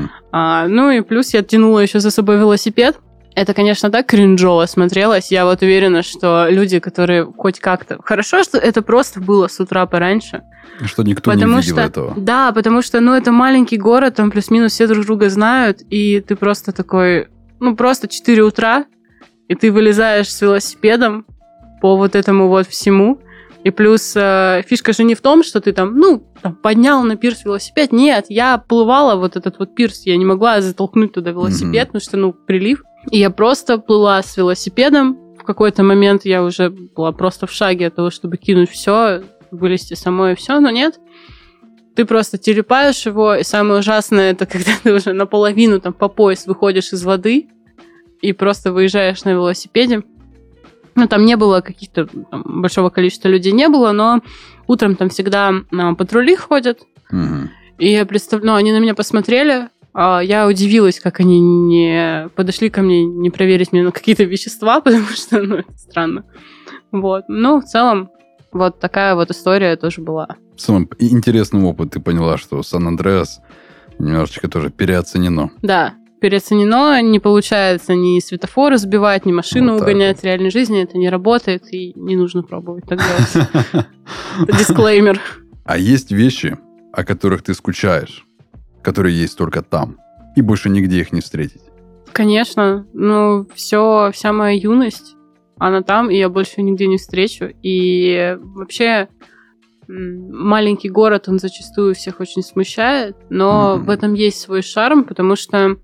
И плюс я тянула еще за собой велосипед. Это, конечно, так кринжово смотрелось. Я уверена, что люди, которые хоть как-то... Хорошо, что это просто было с утра пораньше. Что никто не видел этого. Да, потому что, это маленький город, там плюс-минус все друг друга знают, и ты просто такой... просто 4 утра, и ты вылезаешь с велосипедом по этому всему. И плюс фишка же не в том, что ты там поднял на пирс велосипед. Нет, я плывала этот пирс, я не могла затолкнуть туда велосипед, потому что, прилив. И я просто плыла с велосипедом. В какой-то момент я уже была просто в шаге от того, чтобы кинуть все, вылезти самой и все, но нет. Ты просто телепаешь его, и самое ужасное, это когда ты уже наполовину по пояс выходишь из воды и просто выезжаешь на велосипеде. Ну, там не было каких-то... большого количества людей не было, но утром там всегда патрули ходят. И я представляю... они на меня посмотрели, я удивилась, как они не подошли ко мне, не проверить мне на какие-то вещества, потому что, это странно. Вот. Ну, в целом, вот такая вот история тоже была. Самый интересный опыт. Ты поняла, что Сан-Андреас немножечко тоже переоценено. Да, переоценено. Не получается ни светофоры сбивать, ни машину угонять. В реальной жизни это не работает, и не нужно пробовать так делать. Это дисклеймер. А есть вещи, о которых ты скучаешь, которые есть только там, и больше нигде их не встретить? Конечно. Вся моя юность, она там, и я больше нигде не встречу. И вообще маленький город, он зачастую всех очень смущает, но в этом есть свой шарм, потому что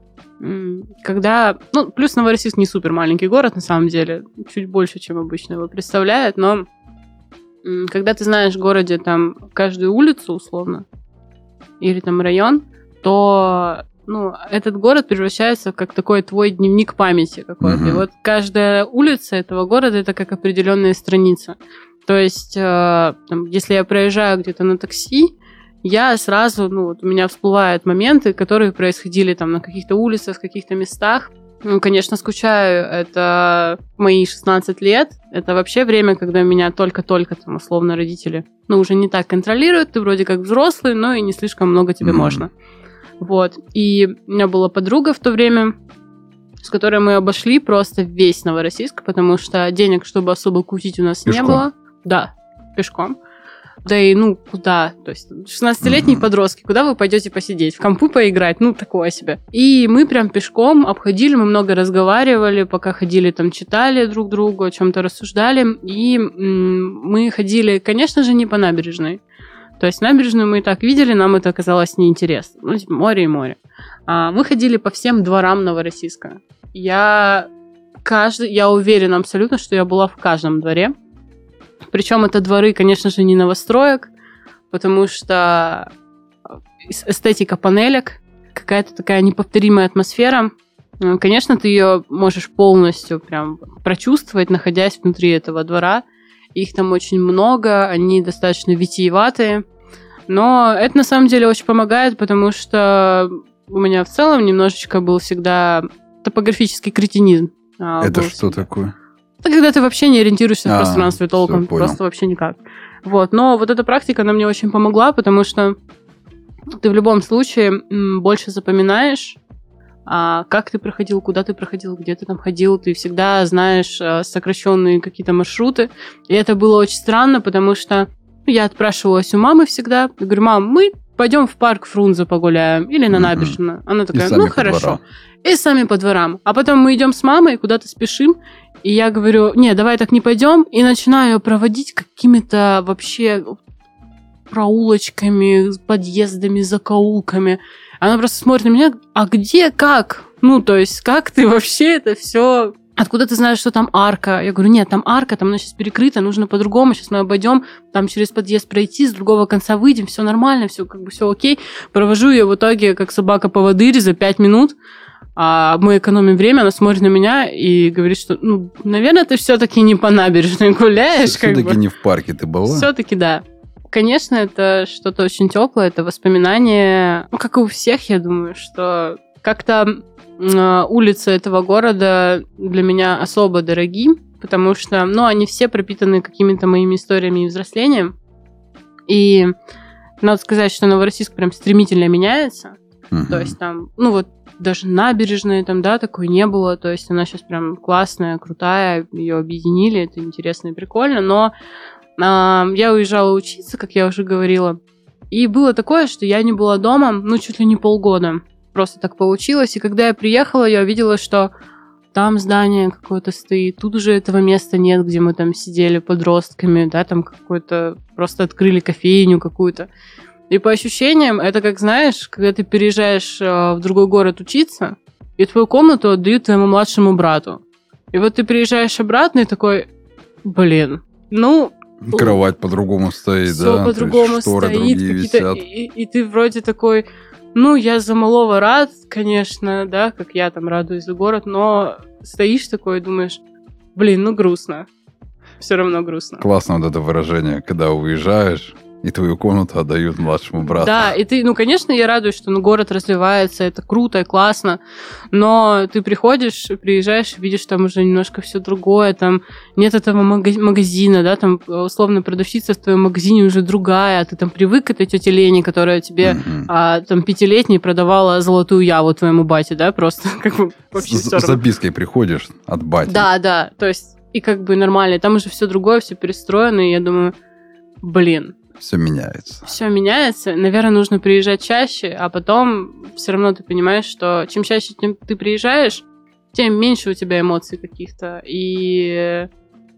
когда... плюс Новороссийск не супер маленький город, на самом деле, чуть больше, чем обычно его представляет, но когда ты знаешь в городе там каждую улицу, условно, или там район, то этот город превращается в как такой твой дневник памяти какой-то. И вот каждая улица этого города — это как определенная страница. То есть, если я проезжаю где-то на такси, я сразу, у меня всплывают моменты, которые происходили там на каких-то улицах, в каких-то местах. Конечно, скучаю. Это мои 16 лет. Это вообще время, когда меня только-только, там, условно, родители, уже не так контролируют. Ты вроде как взрослый, но и не слишком много тебе можно. Вот. И у меня была подруга в то время, с которой мы обошли просто весь Новороссийск, потому что денег, чтобы особо кутить, у нас пешком не было. Да, пешком. Да и, куда? То есть 16-летние подростки, куда вы пойдете посидеть? В компу поиграть? Такое себе. И мы прям пешком обходили, мы много разговаривали, пока ходили там, читали друг другу, о чем-то рассуждали. И мы ходили, конечно же, не по набережной. То есть набережную мы и так видели, нам это оказалось неинтересно. Море и море. Мы ходили по всем дворам Новороссийска. Я уверена абсолютно, что я была в каждом дворе. Причем это дворы, конечно же, не новостроек, потому что эстетика панелек, какая-то такая неповторимая атмосфера. Конечно, ты ее можешь полностью прям прочувствовать, находясь внутри этого двора. Их там очень много, они достаточно витиеватые. Но это на самом деле очень помогает, потому что у меня в целом немножечко был всегда топографический кретинизм. Это что такое? Это когда ты вообще не ориентируешься в пространстве толком, просто вообще никак. Вот. Но вот эта практика, она мне очень помогла, потому что ты в любом случае больше запоминаешь, как ты проходил, куда ты проходил, где ты там ходил. Ты всегда знаешь сокращенные какие-то маршруты. И это было очень странно, потому что я отпрашивалась у мамы всегда. Я говорю: мам, мы пойдем в парк Фрунзе погуляем или на набережную. Она такая: хорошо. И сами по дворам. А потом мы идем с мамой, куда-то спешим. И я говорю: не, давай так не пойдем. И начинаю ее проводить какими-то вообще проулочками, подъездами, закоулками. Она просто смотрит на меня: а где, как? То есть, как ты вообще это все... Откуда ты знаешь, что там арка? Я говорю: нет, там арка, там она сейчас перекрыта, нужно по-другому, сейчас мы обойдем, там через подъезд пройти, с другого конца выйдем, все нормально, все все окей. Провожу ее в итоге как собака-поводырь за 5 минут. Мы экономим время, она смотрит на меня и говорит, что, наверное, ты все-таки не по набережной гуляешь. Все-таки не в парке ты была? Все-таки да. Конечно, это что-то очень теплое, это воспоминания, как и у всех, я думаю, что как-то улицы этого города для меня особо дороги, потому что, они все пропитаны какими-то моими историями и взрослением. И надо сказать, что Новороссийск прям стремительно меняется. То есть там, даже набережной там, такой не было. То есть она сейчас прям классная, крутая, ее объединили, это интересно и прикольно. Но я уезжала учиться, как я уже говорила, и было такое, что я не была дома, чуть ли не полгода. Просто так получилось. И когда я приехала, я увидела, что там здание какое-то стоит, тут уже этого места нет, где мы там сидели подростками, там какой-то... Просто открыли кофейню какую-то. И по ощущениям, это как, знаешь, когда ты переезжаешь в другой город учиться, и твою комнату отдают твоему младшему брату. И вот ты приезжаешь обратно и такой: блин, кровать по-другому стоит, все по-другому шторы стоит, другие висят. И ты вроде такой: я за малого рад, конечно, как я там радуюсь за город, но стоишь такой и думаешь: блин, ну грустно. Все равно грустно. Классно вот это выражение, когда уезжаешь, и твою комнату отдают младшему брату. Да, и ты, конечно, я радуюсь, что город развивается, это круто и классно, но ты приезжаешь, видишь, там уже немножко все другое, там нет этого магазина, да, там условно продавщица в твоем магазине уже другая, а ты там привык к этой тете Лене, которая тебе там 5-летней продавала золотую яву твоему бате, да, просто как бы вообще все равно. С запиской приходишь от бати. Да, то есть и как бы нормально, там уже все другое, все перестроено, и я думаю, блин, все меняется. Все меняется. Наверное, нужно приезжать чаще, а потом все равно ты понимаешь, что чем чаще ты приезжаешь, тем меньше у тебя эмоций каких-то. И,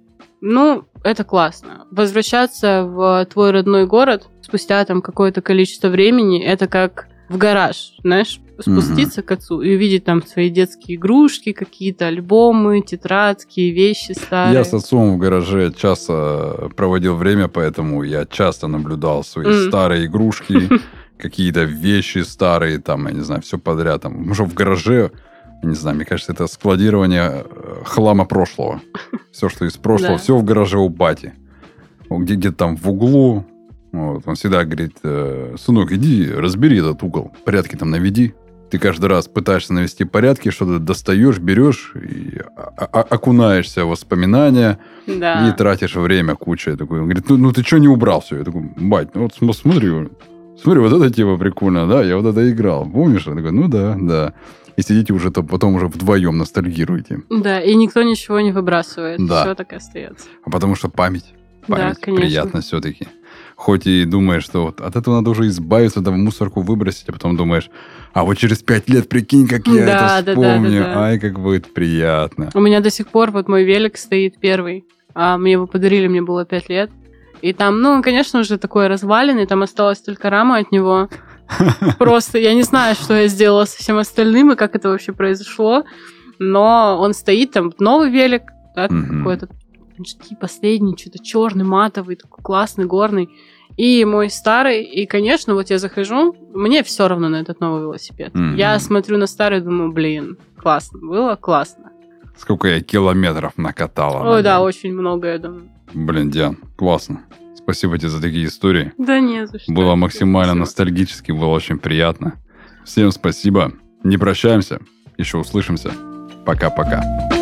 это классно. Возвращаться в твой родной город спустя там какое-то количество времени, это как в гараж, знаешь, спуститься к отцу и увидеть там свои детские игрушки, какие-то альбомы, тетрадки, вещи старые. Я с отцом в гараже часто проводил время, поэтому я часто наблюдал свои старые игрушки, какие-то вещи старые, там, я не знаю, все подряд. Там, в гараже, я не знаю, мне кажется, это складирование хлама прошлого. Все, что из прошлого, все в гараже у бати. Где-то там в углу. Вот, он всегда говорит: сынок, иди, разбери этот угол, порядки там наведи. Ты каждый раз пытаешься навести порядки, что-то достаешь, берешь, и окунаешься в воспоминания, и тратишь время кучей. Он говорит, ты что не убрал все? Я такой, бать, смотри, вот эта тема прикольная, да, я вот это играл, помнишь? Я такой, да. И сидите уже потом уже вдвоем ностальгируете. Да, и никто ничего не выбрасывает, все так и остается. А потому что память да, приятно все-таки. Хоть и думаешь, что вот от этого надо уже избавиться, в мусорку выбросить, а потом думаешь, а вот через 5 лет, прикинь, как я это вспомню. Да. Ай, как будет приятно. У меня до сих пор вот мой велик стоит первый. Мне его подарили, мне было 5 лет. И там, конечно, уже такой разваленный, там осталась только рама от него. Просто я не знаю, что я сделала со всем остальным и как это вообще произошло. Но он стоит, там новый велик, да, какой-то последний, что-то черный, матовый, такой классный, горный. И мой старый. И, конечно, вот я захожу, мне все равно на этот новый велосипед. Я смотрю на старый, думаю, блин, классно. Было классно. Сколько я километров накатала. Ой, да, очень много, я думаю. Блин, Диан, классно. Спасибо тебе за такие истории. Да не за что. Было максимально ностальгически, было очень приятно. Всем спасибо. Не прощаемся. Еще услышимся. Пока-пока.